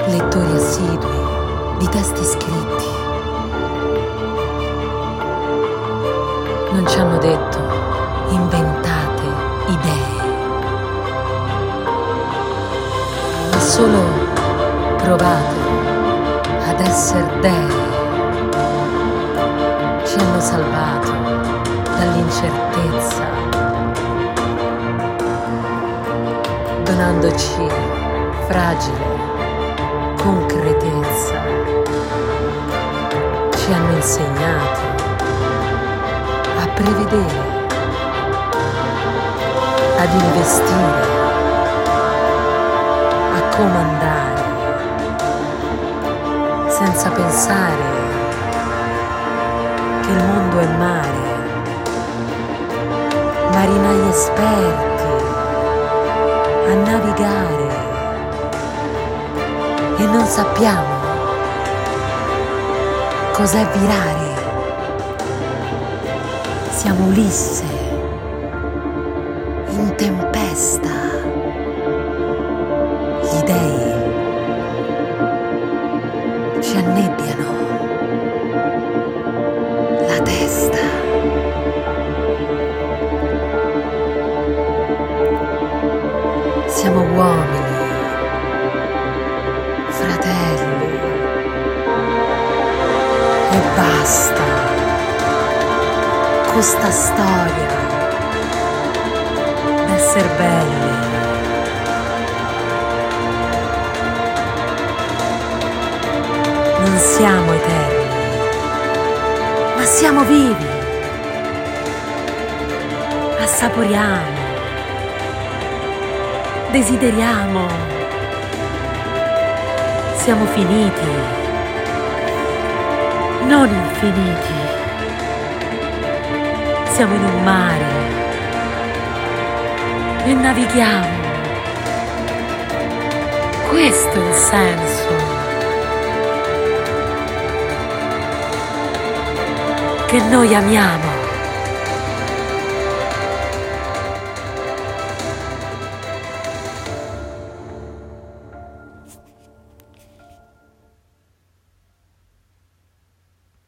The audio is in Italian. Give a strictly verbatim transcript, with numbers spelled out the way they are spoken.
lettori assidui di testi scritti. Non ci hanno detto inventate idee, ma solo provate ad essere dei. Ci hanno salvato dall'incertezza, donandoci fragile concretezza. Ci hanno insegnato a prevedere, ad investire, a comandare, senza pensare che il mondo è mare, marinai esperti a navigare e non sappiamo cos'è virare. Siamo Ulisse in tempesta, gli dei ci annebbiano la testa. Siamo uomini, fratelli, e basta con sta storia d'esser belli. Non siamo eterni, ma siamo vivi. Assaporiamo, desideriamo. Siamo finiti, non infiniti. Siamo in un mare e navighiamo. Questo è il senso che noi amiamo.